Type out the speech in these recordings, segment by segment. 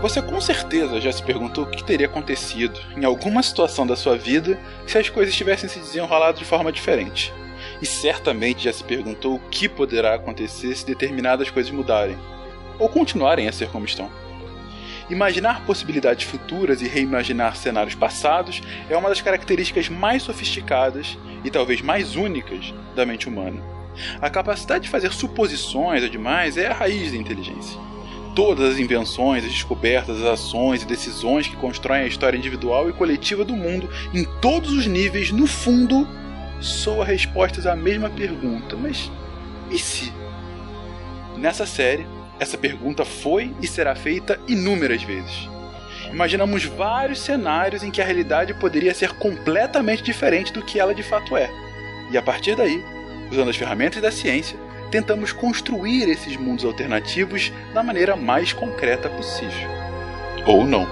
Você com certeza já se perguntou o que teria acontecido em alguma situação da sua vida se as coisas tivessem se desenrolado de forma diferente. E certamente já se perguntou o que poderá acontecer se determinadas coisas mudarem, ou continuarem a ser como estão. Imaginar possibilidades futuras e reimaginar cenários passados é uma das características mais sofisticadas e talvez mais únicas da mente humana. A capacidade de fazer suposições ademais é a raiz da inteligência. Todas as invenções, as descobertas, as ações e decisões que constroem a história individual e coletiva do mundo em todos os níveis, no fundo, soam respostas à mesma pergunta. Mas e se? Nessa série, essa pergunta foi e será feita inúmeras vezes. Imaginamos vários cenários em que a realidade poderia ser completamente diferente do que ela de fato é. E a partir daí, usando as ferramentas da ciência, tentamos construir esses mundos alternativos da maneira mais concreta possível. Ou não.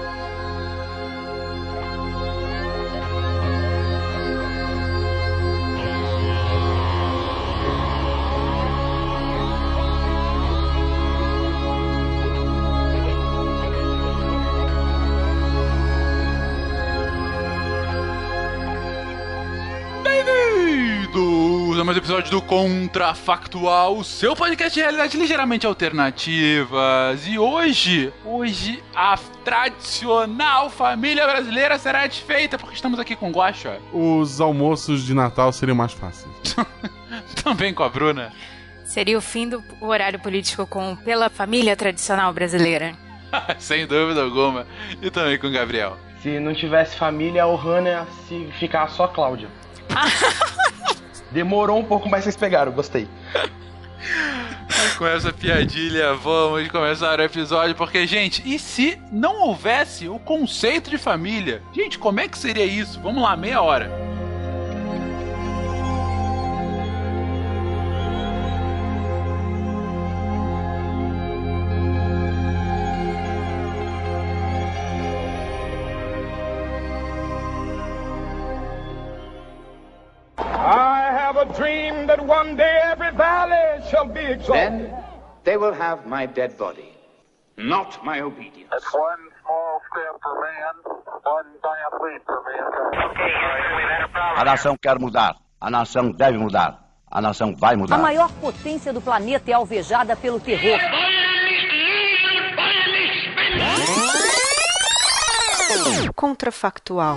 Mais episódio do Contrafactual, o seu podcast de realidade ligeiramente alternativas. E hoje a tradicional família brasileira será desfeita porque estamos aqui com Guaxa. Os almoços de Natal seriam mais fáceis. Também com a Bruna. Seria o fim do horário político pela família tradicional brasileira. Sem dúvida alguma. E também com o Gabriel. Se não tivesse família, o Hannah se ficar só Cláudia. Demorou um pouco, mas vocês pegaram, gostei. Com essa piadilha, vamos começar o episódio, porque, gente, e se não houvesse o conceito de família? Gente, como é que seria isso? Vamos lá, meia hora. Dream that one day every valley shall be exalted. Then they will have my dead body, not my obedience. That's one small step for man, one giant leap for mankind. Okay, we've had a problem. A nação quer mudar, a nação deve mudar, a nação vai mudar. A maior potência do planeta é alvejada pelo terror. Contrafactual.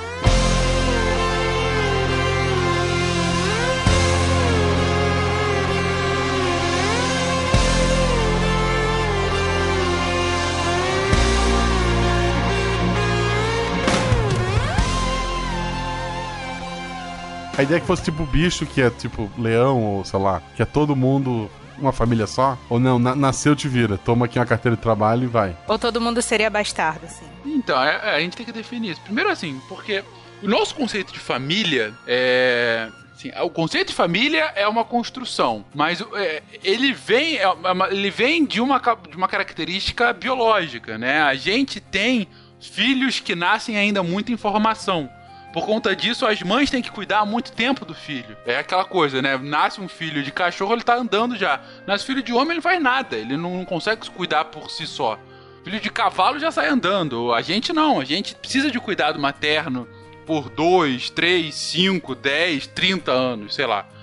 A ideia é que fosse tipo bicho, que é tipo leão, ou sei lá, que é todo mundo uma família só? Ou não, nasceu, te vira, toma aqui uma carteira de trabalho e vai. Ou todo mundo seria bastardo, assim. Então, a gente tem que definir isso. Primeiro assim, porque o nosso conceito de família é... Assim, o conceito de família é uma construção, mas ele vem de uma característica biológica, né? A gente tem filhos que nascem ainda muito em formação. Por conta disso, as mães têm que cuidar há muito tempo do filho. É aquela coisa, né? Nasce um filho de cachorro, ele tá andando já. Nasce filho de homem, ele não faz nada. Ele não consegue se cuidar por si só. Filho de cavalo já sai andando. A gente não. A gente precisa de cuidado materno por 2, 3, 5, 10, 30 anos, sei lá.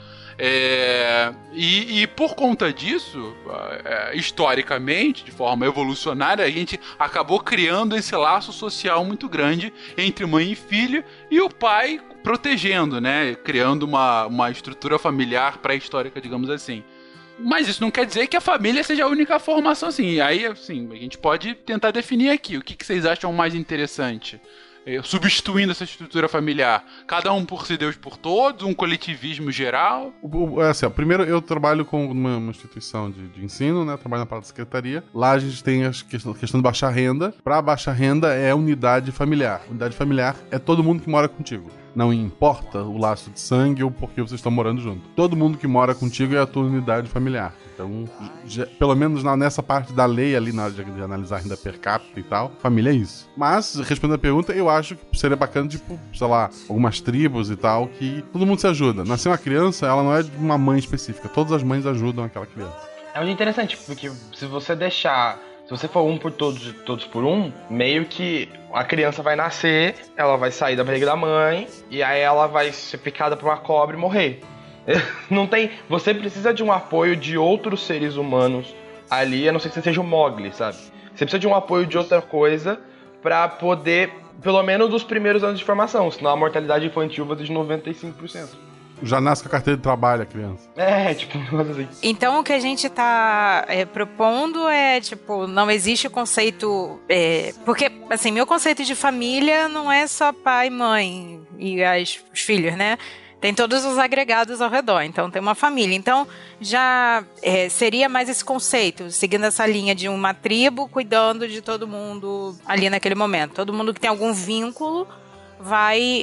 E por conta disso, historicamente, de forma evolucionária, a gente acabou criando esse laço social muito grande entre mãe e filho, e o pai protegendo, né? Criando uma estrutura familiar pré-histórica, digamos assim. Mas isso não quer dizer que a família seja a única formação, assim. E aí, assim, a gente pode tentar definir aqui o que vocês acham mais interessante. Substituindo essa estrutura familiar, cada um por si, Deus por todos, um coletivismo geral. Assim, primeiro eu trabalho com uma instituição de ensino, né? Trabalho na parte da secretaria. Lá a gente tem a questão de baixa renda. Para baixa renda é unidade familiar. Unidade familiar é todo mundo que mora contigo. Não importa o laço de sangue ou porque vocês estão morando junto. Todo mundo que mora contigo é a tua unidade familiar. Então, pelo menos nessa parte da lei ali, na hora de analisar a renda per capita e tal, família é isso. Mas, respondendo a pergunta, eu acho que seria bacana, tipo, sei lá, algumas tribos e tal, que todo mundo se ajuda. Nascer uma criança, ela não é de uma mãe específica. Todas as mães ajudam aquela criança. É muito interessante, porque se você deixar Se você for um por todos, todos por um, meio que a criança vai nascer, ela vai sair da barriga da mãe, e aí ela vai ser picada por uma cobra e morrer. Não tem... Você precisa de um apoio de outros seres humanos ali, a não ser que você seja o Mowgli, sabe? Você precisa de um apoio de outra coisa pra poder, pelo menos dos primeiros anos de formação, senão a mortalidade infantil vai ser de 95%. Já nasce com a carteira de trabalho a criança. Tipo, assim. Então o que a gente tá propondo é, tipo, não existe o conceito... porque, assim, meu conceito de família não é só pai, mãe e os filhos, né? Tem todos os agregados ao redor, então tem uma família. Então já seria mais esse conceito, seguindo essa linha de uma tribo cuidando de todo mundo ali naquele momento. Todo mundo que tem algum vínculo vai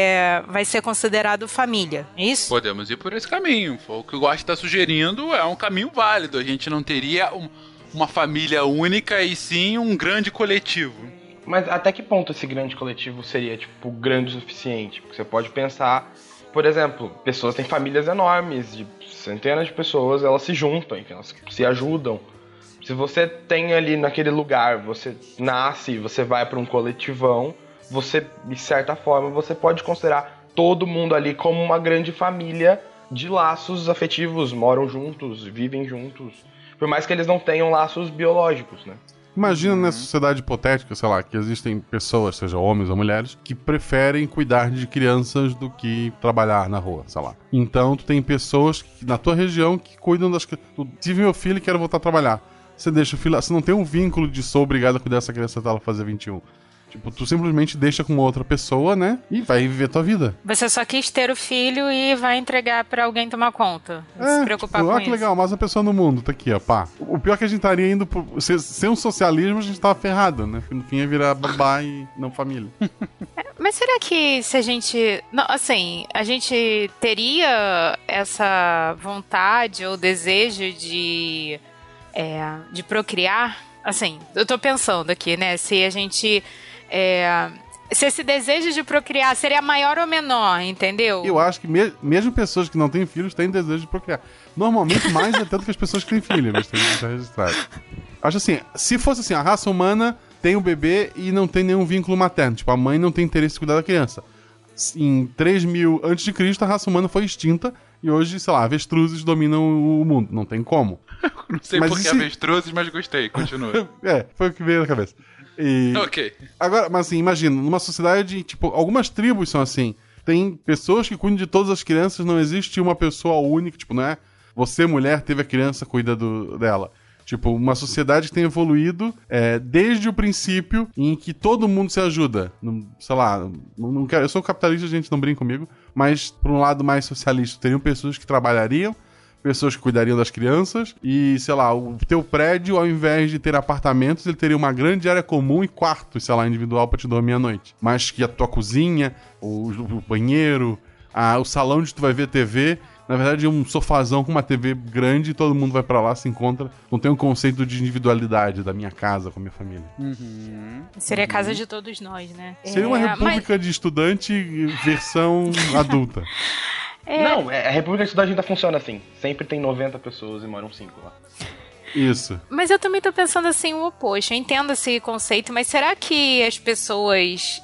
ser considerado família, é isso? Podemos ir por esse caminho. O que o Guaxa está sugerindo é um caminho válido. A gente não teria uma família única e sim um grande coletivo. Mas até que ponto esse grande coletivo seria, tipo, grande o suficiente? Porque você pode pensar, por exemplo, pessoas têm famílias enormes, de centenas de pessoas, elas se juntam, elas se ajudam. Se você tem ali naquele lugar, você nasce, você vai para um coletivão, você, de certa forma, você pode considerar todo mundo ali como uma grande família de laços afetivos, moram juntos, vivem juntos, por mais que eles não tenham laços biológicos, né? Imagina nessa sociedade hipotética, sei lá, que existem pessoas, seja homens ou mulheres, que preferem cuidar de crianças do que trabalhar na rua, sei lá. Então tu tem pessoas na tua região que cuidam das crianças. Tive meu filho e quero voltar a trabalhar. Você deixa o filho, você não tem um vínculo de sou obrigado a cuidar dessa criança até ela fazer 21. Tipo, tu simplesmente deixa com outra pessoa, né? E vai viver tua vida. Você só quis ter o filho e vai entregar pra alguém tomar conta. Se preocupar com olha isso. Que legal, mais uma pessoa no mundo, tá aqui, ó, pá. O pior é que a gente estaria indo por... Ser um socialismo, a gente tava ferrado, né? No fim ia virar babá e não família. Mas será que se a gente... Não, assim, a gente teria essa vontade ou desejo de procriar? Assim, eu tô pensando aqui, né? Se a gente... se esse desejo de procriar seria maior ou menor, entendeu? Eu acho que mesmo pessoas que não têm filhos têm desejo de procriar. Normalmente mais até do que as pessoas que têm filhos, mas tem que estar registrado. Acho assim, se fosse assim, a raça humana tem um bebê e não tem nenhum vínculo materno. Tipo, a mãe não tem interesse em cuidar da criança. Em 3000 a.C., a raça humana foi extinta e hoje, sei lá, avestruzes dominam o mundo. Não tem como. Não sei por que avestruzes, mas gostei. Continua. Foi o que veio na cabeça. Ok. Agora, mas assim, imagina, numa sociedade, tipo, algumas tribos são assim. Tem pessoas que cuidam de todas as crianças, não existe uma pessoa única, tipo, não é você, mulher, teve a criança, cuida dela. Tipo, uma sociedade que tem evoluído desde o princípio em que todo mundo se ajuda. Sei lá, não quero, eu sou capitalista, gente, não brinca comigo, mas por um lado mais socialista, teriam pessoas que trabalhariam, pessoas que cuidariam das crianças e, sei lá, o teu prédio, ao invés de ter apartamentos, ele teria uma grande área comum e quartos, sei lá, individual pra te dormir à noite. Mas que a tua cozinha, o banheiro, o salão onde tu vai ver TV, na verdade é um sofazão com uma TV grande e todo mundo vai pra lá, se encontra. Não tem um conceito de individualidade da minha casa com a minha família. Seria a casa de todos nós, né? Seria uma república de estudante versão adulta. Não, a República de Estudante ainda funciona assim. Sempre tem 90 pessoas e moram 5 lá. Isso. Mas eu também tô pensando assim, o oposto. Eu entendo esse conceito, mas será que as pessoas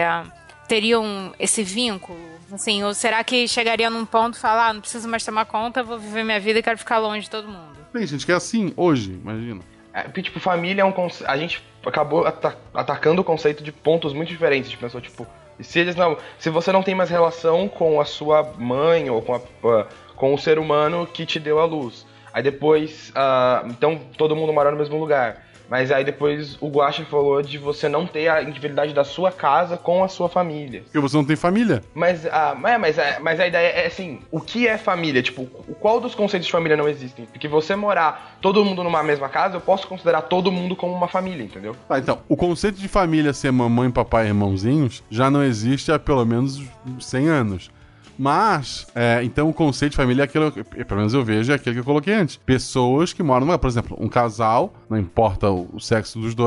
teriam esse vínculo? Assim, ou será que chegaria num ponto e falar, não preciso mais tomar conta, vou viver minha vida e quero ficar longe de todo mundo? Tem gente que é assim hoje, imagina. Tipo, família é um conceito... A gente acabou atacando o conceito de pontos muito diferentes. A gente pensou, tipo... Se você não tem mais relação com a sua mãe ou com o ser humano que te deu a luz. Aí depois, então todo mundo mora no mesmo lugar. Mas aí depois o Guaxa falou de você não ter a individualidade da sua casa com a sua família. Porque você não tem família. Mas a ideia é assim, o que é família? Tipo, qual dos conceitos de família não existem? Porque você morar todo mundo numa mesma casa, eu posso considerar todo mundo como uma família, entendeu? Tá, então, o conceito de família ser mamãe, papai e irmãozinhos já não existe há pelo menos 100 anos. Mas, então o conceito de família é aquilo, pelo menos eu vejo, é aquele que eu coloquei antes. Pessoas que moram, por exemplo, um casal, não importa o sexo dos dois,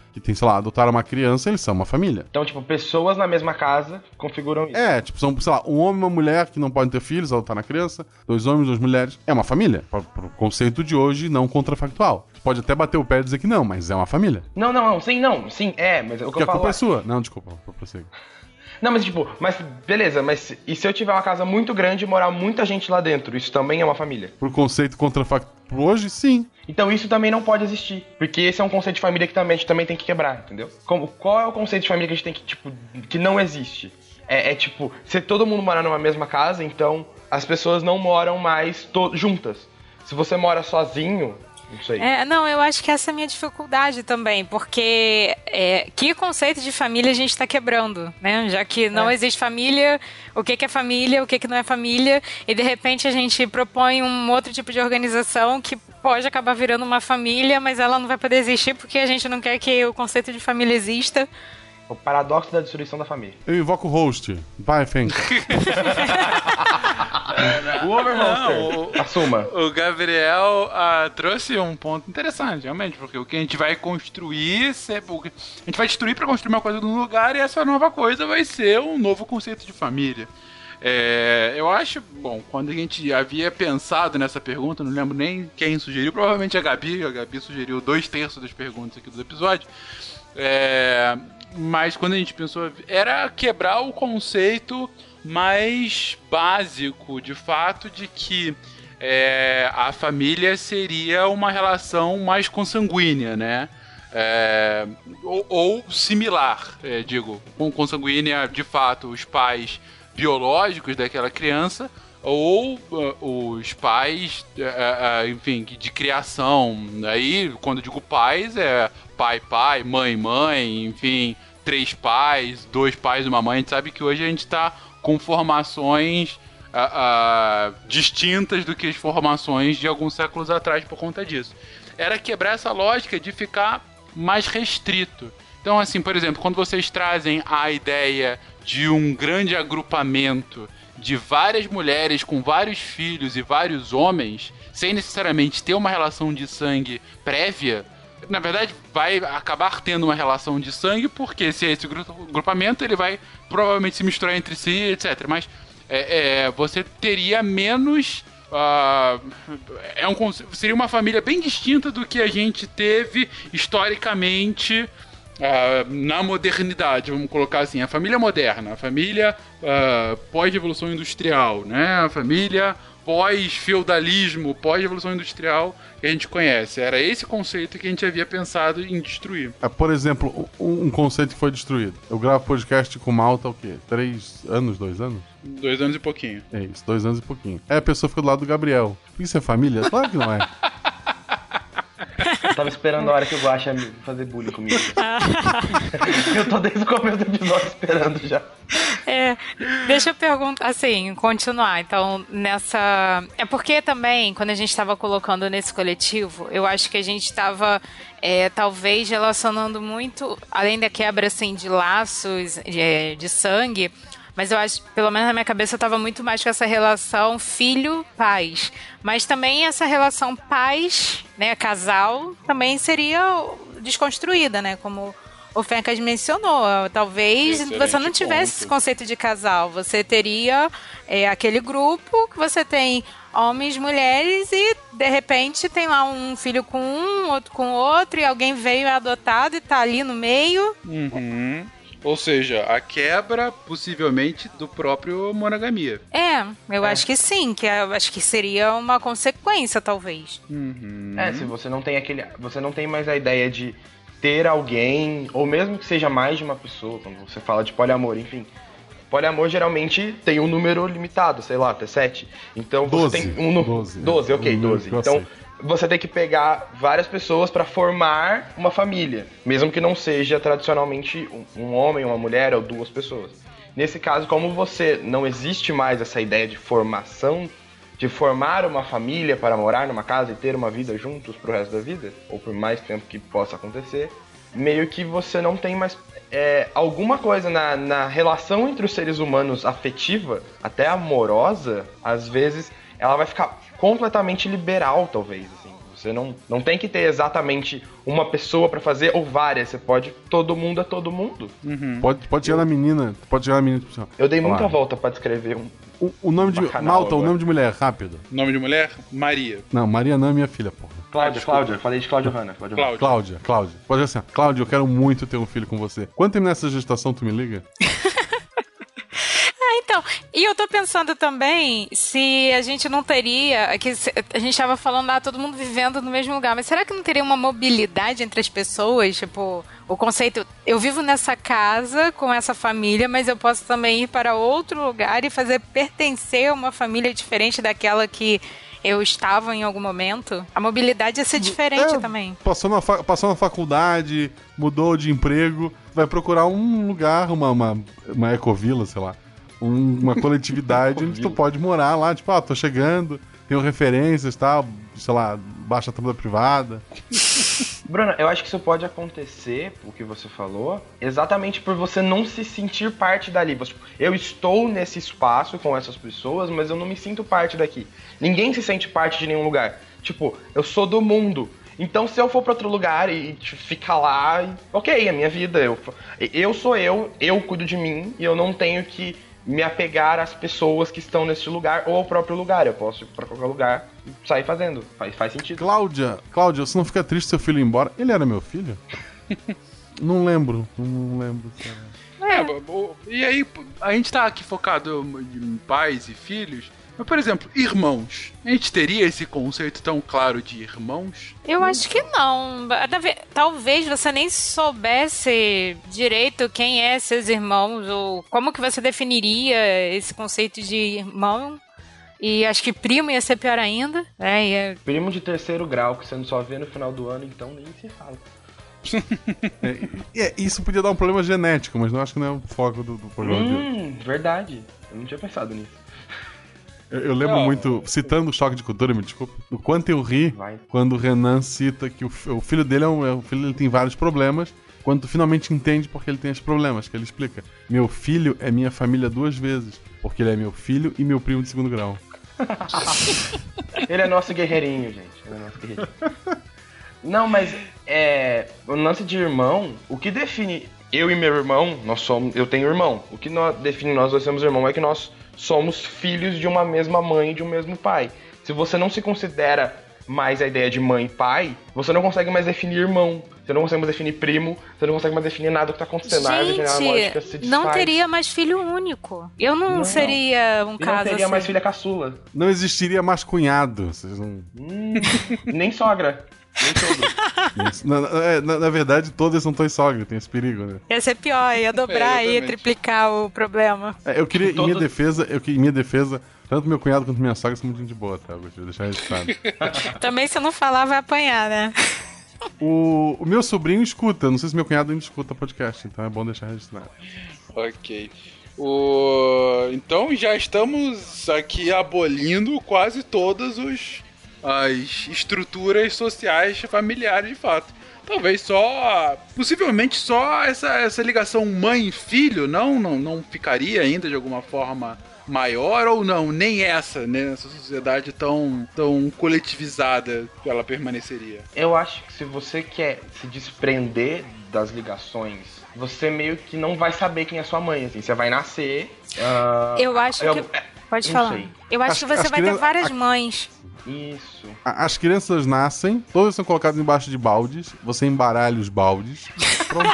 que tem, sei lá, adotaram uma criança, eles são uma família. Então, tipo, pessoas na mesma casa configuram isso. Tipo, são, sei lá, um homem e uma mulher que não podem ter filhos, adotar na criança, 2 homens, 2 mulheres, é uma família. Pro conceito de hoje, não contrafactual. Você pode até bater o pé e dizer que não, mas é uma família. Não, sim, mas o que eu falo... Porque a culpa é sua. Não, desculpa, prossiga. Não, mas tipo, beleza, mas e se eu tiver uma casa muito grande e morar muita gente lá dentro, isso também é uma família? Pro conceito contrafactual hoje, sim. Então isso também não pode existir, porque esse é um conceito de família que também a gente também tem que quebrar, entendeu? Qual é o conceito de família que a gente tem que, tipo, que não existe? Tipo, se todo mundo morar numa mesma casa, então as pessoas não moram mais juntas. Se você mora sozinho... Não sei. Eu acho que essa é a minha dificuldade também, porque que conceito de família a gente está quebrando, né? Já que não existe família, o que é família, o que não é família, e de repente a gente propõe um outro tipo de organização que pode acabar virando uma família, mas ela não vai poder existir porque a gente não quer que o conceito de família exista. O paradoxo da destruição da família. Eu invoco o host. Vai, Fenka. O Overmonster. Assuma. O Gabriel trouxe um ponto interessante, realmente, porque o que a gente vai construir, a gente vai destruir para construir uma coisa num lugar e essa nova coisa vai ser um novo conceito de família. Eu acho, bom, quando a gente havia pensado nessa pergunta, não lembro nem quem sugeriu, provavelmente a Gabi sugeriu 2/3 das perguntas aqui do episódio, mas quando a gente pensou, era quebrar o conceito mais básico, de fato, de que a família seria uma relação mais consanguínea, né? Ou similar, com consanguínea, de fato, os pais biológicos daquela criança, ou os pais, enfim, de criação. Aí, quando eu digo pais, pai, mãe, enfim, 3 pais, 2 pais e uma mãe. A gente sabe que hoje a gente está com formações distintas do que as formações de alguns séculos atrás por conta disso. Era quebrar essa lógica de ficar mais restrito. Então, assim, por exemplo, quando vocês trazem a ideia de um grande agrupamento de várias mulheres com vários filhos e vários homens, sem necessariamente ter uma relação de sangue prévia, na verdade vai acabar tendo uma relação de sangue, porque se esse grupamento ele vai provavelmente se misturar entre si, etc. Mas você teria menos... seria uma família bem distinta do que a gente teve historicamente na modernidade, vamos colocar assim, a família moderna, a família pós-revolução industrial, né? A família pós-feudalismo, pós-revolução industrial que a gente conhece. Era esse conceito que a gente havia pensado em destruir. Por exemplo, um conceito que foi destruído. Eu gravo podcast com Malta há o quê? 3 anos, 2 anos? 2 anos e pouquinho. É isso, 2 anos e pouquinho. A pessoa fica do lado do Gabriel. Isso é família? Claro que não é. Eu tava esperando a hora que o Guaxa ia fazer bullying comigo. Eu tô desde o começo do episódio esperando já. Deixa eu perguntar, assim, continuar. Então, nessa... É porque também, quando a gente estava colocando nesse coletivo, eu acho que a gente estava, talvez, relacionando muito, além da quebra, assim, de laços de sangue, mas eu acho, pelo menos na minha cabeça, eu estava muito mais com essa relação filho-pais. Mas também essa relação pais, né, casal, também seria desconstruída, né, como o Fencas mencionou. Talvez você não tivesse esse conceito de casal. Você teria aquele grupo que você tem homens, mulheres e, de repente, tem lá um filho com um, outro com outro, e alguém veio adotado e tá ali no meio. Uhum. Ou seja, a quebra, possivelmente, do próprio monogamia. Eu acho que sim, eu acho que seria uma consequência, talvez. Uhum. Se você não tem você não tem mais a ideia de ter alguém, ou mesmo que seja mais de uma pessoa, quando você fala de poliamor, enfim. Poliamor geralmente tem um número limitado, sei lá, até 7. Então você 12, tem 12, ok, 12. Então você tem que pegar várias pessoas para formar uma família, mesmo que não seja tradicionalmente um homem, uma mulher ou 2 pessoas. Nesse caso, como você não existe mais essa ideia de formação, de formar uma família para morar numa casa e ter uma vida juntos pro resto da vida, ou por mais tempo que possa acontecer, meio que você não tem mais alguma coisa na relação entre os seres humanos afetiva, até amorosa, às vezes ela vai ficar completamente liberal, talvez, assim. Você não tem que ter exatamente uma pessoa pra fazer ou várias. Você pode... Todo mundo é todo mundo. Uhum. Pode chegar na menina. Pode chegar na menina. Tipo, assim, eu dei muita volta pra descrever o nome de... Malta, agora. o nome de mulher, rápido. Nome de mulher? Maria. Não, Maria não é minha filha, porra. Cláudia. Falei de Cláudia Hanna. Cláudia. Pode ser assim, Cláudia, eu quero muito ter um filho com você. Quando terminar essa gestação, tu me liga? Então, e eu tô pensando também se a gente não teria, que a gente tava falando todo mundo vivendo no mesmo lugar, mas será que não teria uma mobilidade entre as pessoas? Tipo, o conceito, eu vivo nessa casa com essa família, mas eu posso também ir para outro lugar e fazer pertencer a uma família diferente daquela que eu estava em algum momento. A mobilidade ia ser diferente também. Passou na faculdade, mudou de emprego, vai procurar um lugar, uma ecovila, sei lá. Uma coletividade onde tu pode morar lá, tipo, tô chegando, tenho referências, tal, sei lá, baixa a tabela privada. Bruna, eu acho que isso pode acontecer, o que você falou, exatamente por você não se sentir parte dali. Eu estou nesse espaço com essas pessoas, mas eu não me sinto parte daqui. Ninguém se sente parte de nenhum lugar. Tipo, eu sou do mundo. Então, se eu for pra outro lugar e ficar lá, ok, é a minha vida. Eu sou eu cuido de mim e eu não tenho que me apegar às pessoas que estão nesse lugar ou ao próprio lugar. Eu posso ir pra qualquer lugar e sair fazendo. Faz sentido. Cláudia, você não fica triste se seu filho ir embora? Ele era meu filho? Não lembro. E aí, a gente tá aqui focado em pais e filhos, mas, por exemplo, irmãos. A gente teria esse conceito tão claro de irmãos? Eu acho que não. Talvez você nem soubesse direito quem é seus irmãos, ou como que você definiria esse conceito de irmão. E acho que primo ia ser pior ainda. Primo de terceiro grau, que você não só vê no final do ano, então nem se fala. Isso podia dar um problema genético, mas não acho que não é o foco do programa de hoje. Verdade. Eu não tinha pensado nisso. Eu lembro muito, citando o Choque de Cultura, me desculpa, do quanto eu ri quando o Renan cita que o filho dele ele tem vários problemas, quando tu finalmente entende porque ele tem esses problemas, que ele explica. Meu filho é minha família 2 vezes, porque ele é meu filho e meu primo de segundo grau. Ele é nosso guerreirinho, gente. Não, mas o lance de irmão, o que define eu e meu irmão, eu tenho irmão. O que define nós dois sermos irmão é que nós somos filhos de uma mesma mãe e de um mesmo pai. Se você não se considera mais a ideia de mãe e pai, você não consegue mais definir irmão, você não consegue mais definir primo, você não consegue mais definir nada que tá acontecendo. A árvore genealógica se desfaz. Não teria mais filho único. Eu não seria um caso assim. Não teria mais filha caçula. Não existiria mais cunhado. Vocês não... Nem sogra. Nem todo. Na verdade, todas não estão em sogra, tem esse perigo, né? Ia ser pior, ia dobrar, ia triplicar o problema. Eu queria, em minha defesa, tanto meu cunhado quanto minha sogra são muito gente boa, tá? Eu gostaria de deixar registrado. Também, se eu não falar, vai apanhar, né? O meu sobrinho escuta, não sei se meu cunhado ainda escuta podcast, então é bom deixar registrado. Ok. Então já estamos aqui abolindo quase todas as estruturas sociais familiares de fato. Talvez possivelmente só essa ligação mãe-filho não ficaria ainda de alguma forma maior, ou não, nem essa sociedade tão coletivizada ela permaneceria. Eu acho que se você quer se desprender das ligações, você meio que não vai saber quem é sua mãe, assim, você vai nascer... Eu acho que... Pode falar. Sei. Eu acho que você vai ter várias mães. Isso. As crianças nascem, todas são colocadas embaixo de baldes, você embaralha os baldes. Pronto.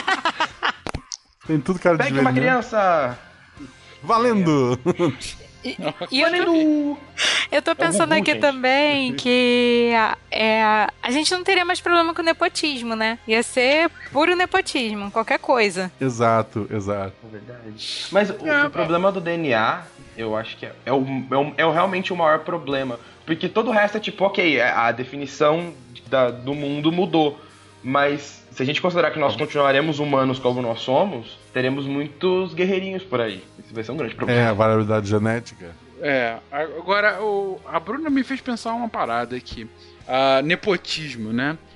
Tem tudo cara de Pegue uma criança! Valendo! Eu tô pensando aqui também que a gente não teria mais problema com o nepotismo, né? Ia ser puro nepotismo, qualquer coisa. Exato. É verdade. Mas o problema do DNA, eu acho que é realmente o maior problema. Porque todo o resto é tipo, ok, a definição do mundo mudou. Mas se a gente considerar que nós continuaremos humanos como nós somos, teremos muitos guerreirinhos por aí. Isso vai ser um grande problema. A variabilidade genética. Agora a Bruna me fez pensar uma parada aqui. Nepotismo, né?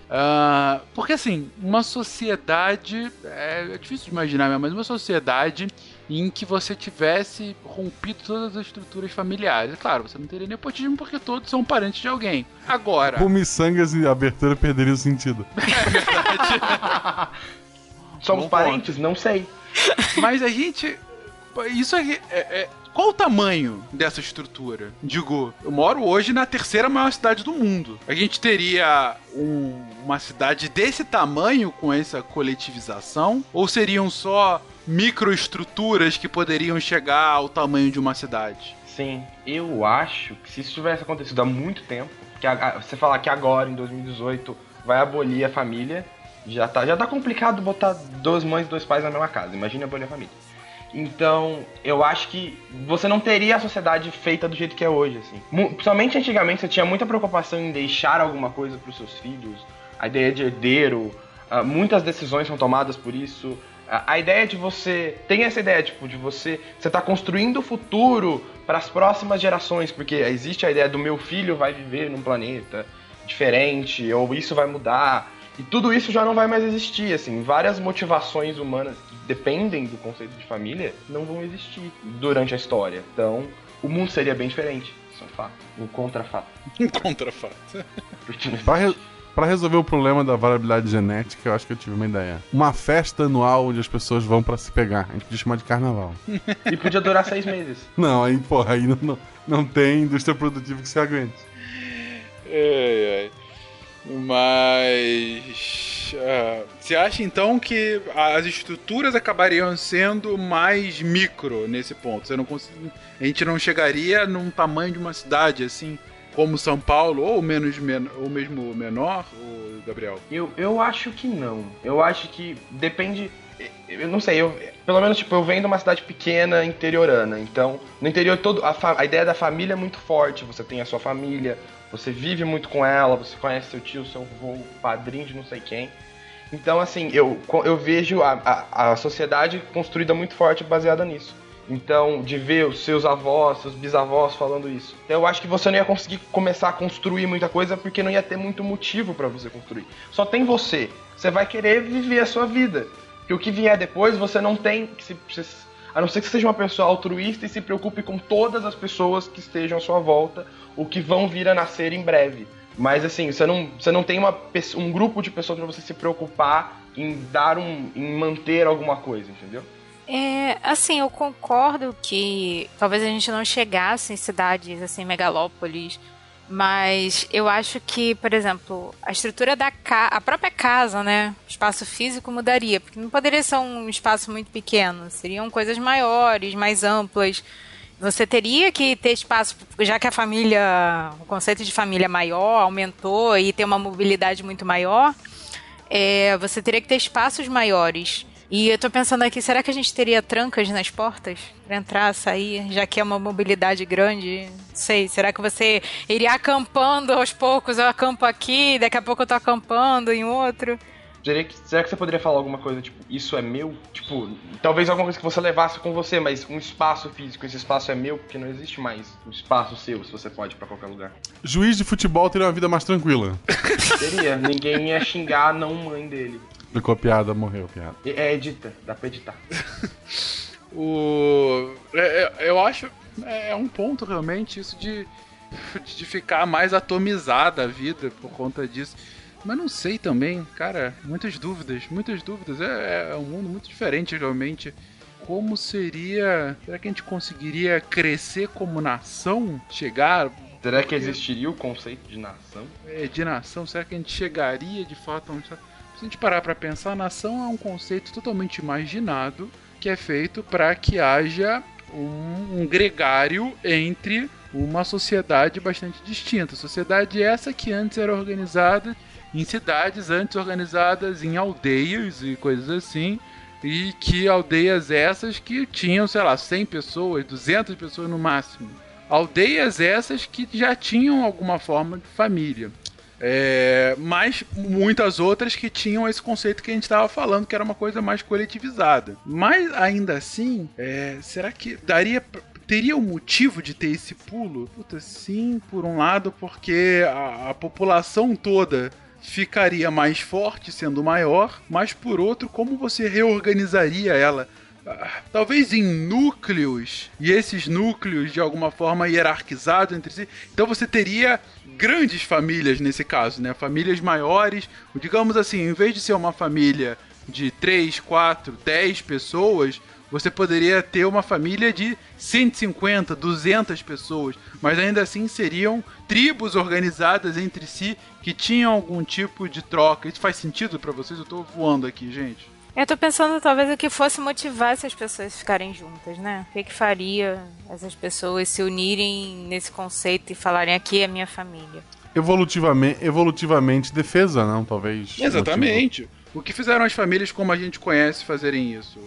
Porque assim, uma sociedade, é difícil de imaginar mesmo, mas uma sociedade em que você tivesse rompido todas as estruturas familiares. Claro, você não teria nepotismo porque todos são parentes de alguém. Agora... O miçangas e a abertura perderiam o sentido. É verdade. Somos parentes? Não sei. Mas a gente... Isso aqui qual o tamanho dessa estrutura? Digo, eu moro hoje na terceira maior cidade do mundo. A gente teria uma cidade desse tamanho com essa coletivização? Ou seriam só microestruturas que poderiam chegar ao tamanho de uma cidade? Sim, eu acho que se isso tivesse acontecido há muito tempo, que você falar que agora, em 2018, vai abolir a família, já tá complicado botar 2 mães e 2 pais na mesma casa. Imagina abolir a família. Então, eu acho que você não teria a sociedade feita do jeito que é hoje, assim. Principalmente antigamente, você tinha muita preocupação em deixar alguma coisa para os seus filhos, a ideia de herdeiro, muitas decisões são tomadas por isso. A ideia de você... Tem essa ideia, tipo, de você tá construindo o futuro para as próximas gerações, porque existe a ideia do meu filho vai viver num planeta diferente, ou isso vai mudar... E tudo isso já não vai mais existir, assim, várias motivações humanas que dependem do conceito de família não vão existir durante a história. Então, o mundo seria bem diferente, isso é um fato, um contrafato. Um contrafato. Pra resolver o problema da variabilidade genética, eu acho que eu tive uma ideia. Uma festa anual onde as pessoas vão pra se pegar. A gente podia chamar de carnaval. E podia durar 6 meses. Não, aí, porra, aí não tem indústria produtiva que se aguente. Mas você acha então que as estruturas acabariam sendo mais micro nesse ponto? A gente não chegaria num tamanho de uma cidade assim como São Paulo, ou mesmo menor, Gabriel? Eu acho que não. Eu acho que depende. Eu não sei, pelo menos tipo, eu venho de uma cidade pequena, interiorana. Então, no interior a ideia da família é muito forte. Você tem a sua família, você vive muito com ela, você conhece seu tio, seu avô, padrinho de não sei quem. Então, assim, eu vejo a sociedade construída muito forte baseada nisso. Então, de ver os seus avós, seus bisavós falando isso. Então, eu acho que você não ia conseguir começar a construir muita coisa porque não ia ter muito motivo pra você construir. Só tem você. Você vai querer viver a sua vida. E o que vier depois, você não tem... A não ser que você seja uma pessoa altruísta e se preocupe com todas as pessoas que estejam à sua volta, ou que vão vir a nascer em breve. Mas assim, você não tem um grupo de pessoas para você se preocupar em em manter alguma coisa, entendeu? Assim, eu concordo que talvez a gente não chegasse em cidades, assim, megalópolis, mas eu acho que, por exemplo, a estrutura a própria casa, né, o espaço físico mudaria, porque não poderia ser um espaço muito pequeno, seriam coisas maiores, mais amplas. Você teria que ter espaço, já que o conceito de família maior aumentou e tem uma mobilidade muito maior, você teria que ter espaços maiores. E eu tô pensando aqui, será que a gente teria trancas nas portas pra entrar, sair, já que é uma mobilidade grande? Não sei, será que você iria acampando aos poucos? Eu acampo aqui, daqui a pouco eu tô acampando em outro. Será que você poderia falar alguma coisa, tipo, isso é meu? Tipo, talvez alguma coisa que você levasse com você, mas um espaço físico, esse espaço é meu, porque não existe mais um espaço seu, se você pode ir pra qualquer lugar. Juiz de futebol teria uma vida mais tranquila. Teria, ninguém ia xingar a não mãe dele. Ficou piada, morreu piada. Edita, dá pra editar. Eu acho um ponto realmente isso de ficar mais atomizada a vida por conta disso. Mas não sei também, cara, muitas dúvidas. É um mundo muito diferente realmente. Como seria... Será que a gente conseguiria crescer como nação? Será que existiria o conceito de nação? De nação, será que a gente chegaria de fato a... Se a gente parar pra pensar, a nação é um conceito totalmente imaginado que é feito para que haja um gregário entre uma sociedade bastante distinta. Sociedade essa que antes era organizada em cidades, antes organizadas em aldeias e coisas assim, e que aldeias essas que tinham, sei lá, 100 pessoas, 200 pessoas no máximo. Aldeias essas que já tinham alguma forma de família. Mas muitas outras que tinham esse conceito que a gente estava falando, que era uma coisa mais coletivizada. Mas ainda assim, será que teria um motivo de ter esse pulo? Puta, sim, por um lado, porque a população toda ficaria mais forte sendo maior, mas por outro, como você reorganizaria ela? Talvez em núcleos, e esses núcleos de alguma forma hierarquizados entre si. Então você teria grandes famílias nesse caso, né? Famílias maiores, digamos assim, em vez de ser uma família de 3, 4, 10 pessoas, você poderia ter uma família de 150, 200 pessoas, mas ainda assim seriam tribos organizadas entre si que tinham algum tipo de troca. Isso faz sentido pra vocês? Eu tô voando aqui, gente. Eu tô pensando talvez o que fosse motivar essas pessoas a ficarem juntas, né? O que faria essas pessoas se unirem nesse conceito e falarem aqui é minha família? Evolutivamente defesa, não? Talvez. Exatamente. O que fizeram as famílias como a gente conhece fazerem isso?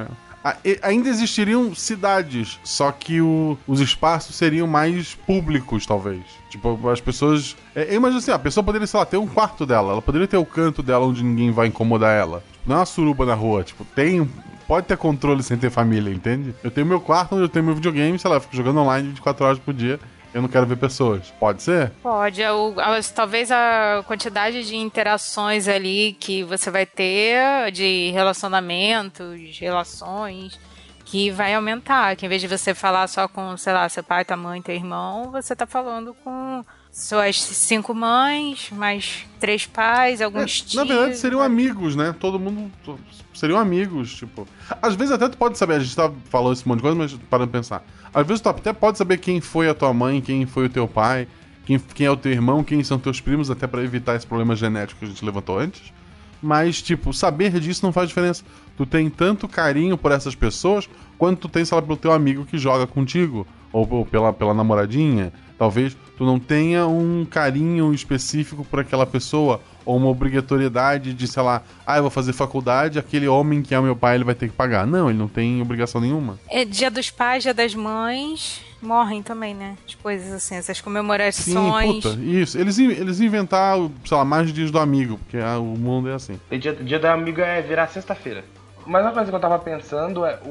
Ainda existiriam cidades, só que os espaços seriam mais públicos, talvez. Tipo, as pessoas... Eu imagino assim, a pessoa poderia, sei lá, ter um quarto dela. Ela poderia ter o canto dela onde ninguém vai incomodar ela. Não é uma suruba na rua, tipo, pode ter controle sem ter família, entende? Eu tenho meu quarto onde eu tenho meu videogame, sei lá, eu fico jogando online 24 horas por dia. Eu não quero ver pessoas. Pode ser? Pode. Talvez a quantidade de interações ali que você vai ter, de relacionamentos, relações, que vai aumentar. Que em vez de você falar só com, sei lá, seu pai, tua mãe, teu irmão, você tá falando com suas 5 mães, mais 3 pais, alguns tios. Na verdade, seriam amigos, né? Todo mundo seriam amigos, tipo... Às vezes até tu pode saber, a gente tá falando esse monte de coisa, mas parando de pensar. Às vezes tu até pode saber quem foi a tua mãe, quem foi o teu pai, quem é o teu irmão, quem são teus primos, até pra evitar esse problema genético que a gente levantou antes. Mas, tipo, saber disso não faz diferença. Tu tem tanto carinho por essas pessoas, quanto tu tem, sei lá, pelo teu amigo que joga contigo, ou pela namoradinha. Talvez tu não tenha um carinho específico por aquela pessoa, ou uma obrigatoriedade de, sei lá, eu vou fazer faculdade, aquele homem que é o meu pai, ele vai ter que pagar. Não, ele não tem obrigação nenhuma. Dia dos pais, dia das mães, morrem também, né? As coisas assim, essas comemorações. Sim, puta, isso. Eles inventaram, sei lá, mais dias do amigo, porque o mundo é assim. E dia do amigo é virar sexta-feira. Mas uma coisa que eu tava pensando é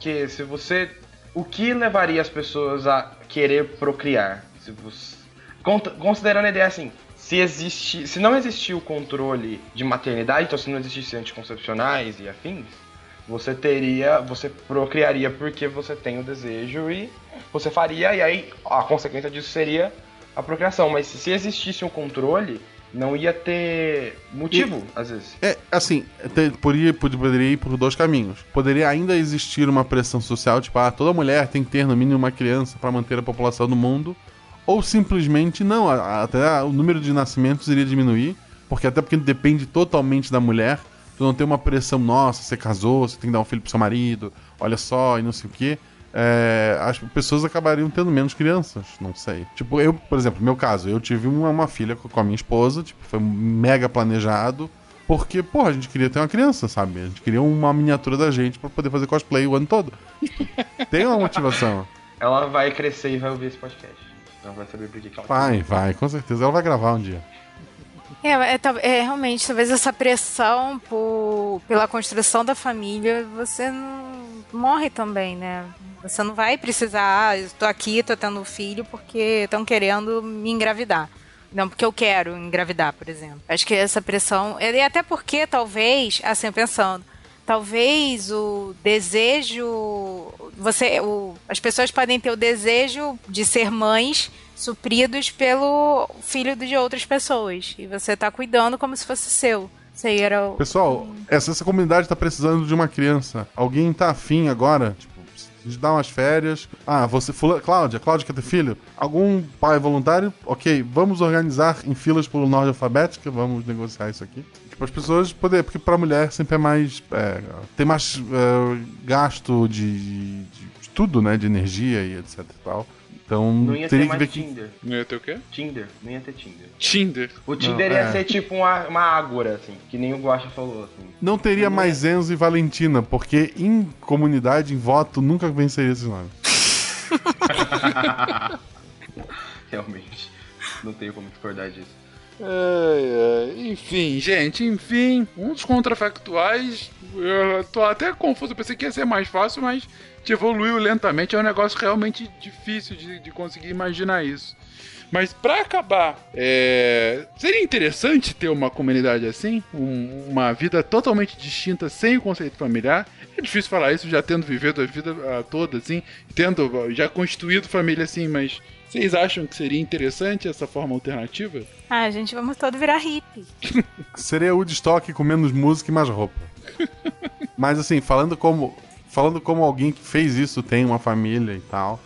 o que levaria as pessoas a querer procriar? Considerando a ideia assim, se não existir o controle de maternidade, então se não existisse anticoncepcionais e afins, você procriaria porque você tem o desejo e você faria, e aí a consequência disso seria a procriação. Mas se existisse um controle, não ia ter motivo, às vezes. Assim, poderia ir por 2 caminhos. Poderia ainda existir uma pressão social, tipo, toda mulher tem que ter no mínimo uma criança para manter a população do mundo. Ou simplesmente não, até o número de nascimentos iria diminuir, porque depende totalmente da mulher. Tu não tem uma pressão, nossa, você casou, você tem que dar um filho pro seu marido, olha só, e não sei o quê. As pessoas acabariam tendo menos crianças, não sei. Tipo, eu, por exemplo, no meu caso, eu tive uma filha com a minha esposa, tipo, foi mega planejado, porque, porra, a gente queria ter uma criança, sabe? A gente queria uma miniatura da gente pra poder fazer cosplay o ano todo. Tem uma motivação. Ela vai crescer e vai ouvir esse podcast. Ela vai saber por que ela vai, com certeza. Ela vai gravar um dia. Realmente, talvez essa pressão pela construção da família, você não morre também, né? Você não vai precisar, eu tô aqui, tô tendo um filho porque estão querendo me engravidar. Não, porque eu quero engravidar, por exemplo. Acho que essa pressão... E até porque, talvez, assim, pensando... Talvez o desejo... as pessoas podem ter o desejo de ser mães supridos pelo filho de outras pessoas. E você tá cuidando como se fosse seu. Pessoal, essa comunidade tá precisando de uma criança. Alguém tá afim agora? Tipo, a gente dá umas férias. Cláudia quer ter filho? Algum pai voluntário? Ok, vamos organizar em filas por ordem alfabética, vamos negociar isso aqui. Tipo, as pessoas poderem, porque pra mulher sempre é mais... tem mais gasto de tudo, né? De energia e etc e tal. Então, não ia teria ter que mais ver Tinder. Não ia ter o quê? Tinder. Não ia ter Tinder. Tinder? O Tinder ia ser tipo uma ágora, assim, que nem o Guaxa falou, assim. Não teria mais Enzo e Valentina, porque em comunidade, em voto, nunca venceria esses nomes. Realmente. Não tenho como discordar disso. Enfim, gente, uns contrafactuais. Eu tô até confuso, eu pensei que ia ser mais fácil, mas evoluiu lentamente. É um negócio realmente difícil de conseguir imaginar isso. Mas pra acabar, seria interessante ter uma comunidade assim? Uma vida totalmente distinta, sem o conceito familiar? É difícil falar isso, já tendo vivido a vida toda, assim, tendo já constituído família assim, mas vocês acham que seria interessante essa forma alternativa? Gente, vamos todos virar hippie. Seria Woodstock com menos música e mais roupa. Mas assim, falando como alguém que fez isso, tem uma família e tal,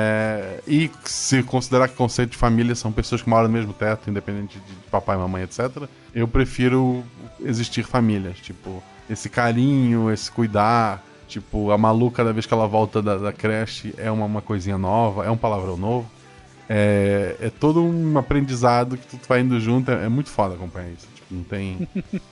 e se considerar que o conceito de família são pessoas que moram no mesmo teto, independente de papai, mamãe, etc., eu prefiro existir famílias, tipo, esse carinho, esse cuidar, tipo, a Malu, cada vez que ela volta da creche, é uma coisinha nova, é um palavrão novo, é todo um aprendizado que tu vai indo junto, é muito foda acompanhar isso, tipo, não tem...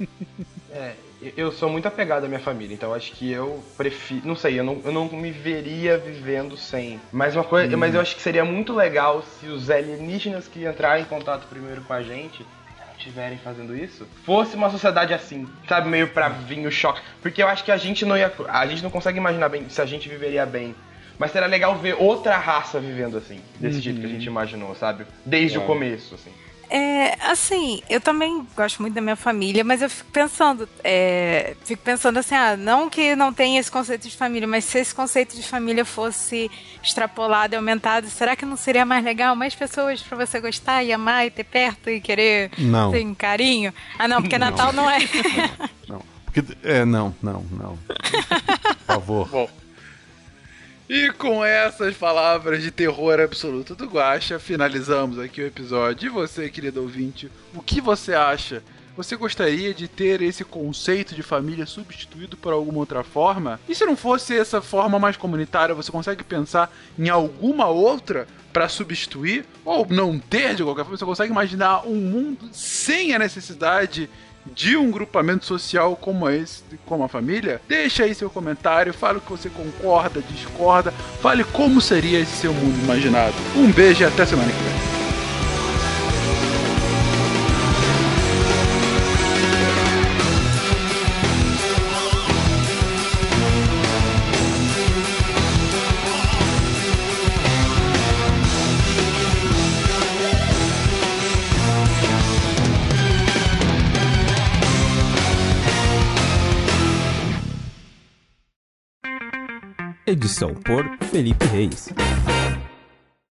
Eu sou muito apegado à minha família, então acho que eu prefiro... Não sei, eu não me veria vivendo sem. Mas mas eu acho que seria muito legal se os alienígenas que entrarem em contato primeiro com a gente, se não estiverem fazendo isso, fosse uma sociedade assim, sabe? Meio pra vir o choque. Porque eu acho que a gente não consegue imaginar bem se a gente viveria bem. Mas seria legal ver outra raça vivendo assim, desse jeito que a gente imaginou, sabe? Desde o começo, assim. Assim, eu também gosto muito da minha família, mas eu fico pensando assim, não que não tenha esse conceito de família, mas se esse conceito de família fosse extrapolado e aumentado, será que não seria mais legal? Mais pessoas pra você gostar e amar e ter perto e querer ter carinho? Não, porque Natal não é. Não, porque, não. Por favor. Bom. E com essas palavras de terror absoluto do Guaxa, finalizamos aqui o episódio. E você, querido ouvinte, o que você acha? Você gostaria de ter esse conceito de família substituído por alguma outra forma? E se não fosse essa forma mais comunitária, você consegue pensar em alguma outra para substituir? Ou não ter de qualquer forma? Você consegue imaginar um mundo sem a necessidade de um grupamento social como esse, como a família? Deixa aí seu comentário, fale o que você concorda, discorda, fale como seria esse seu mundo imaginado. Um beijo e até semana que vem. Edição por Felipe Reis.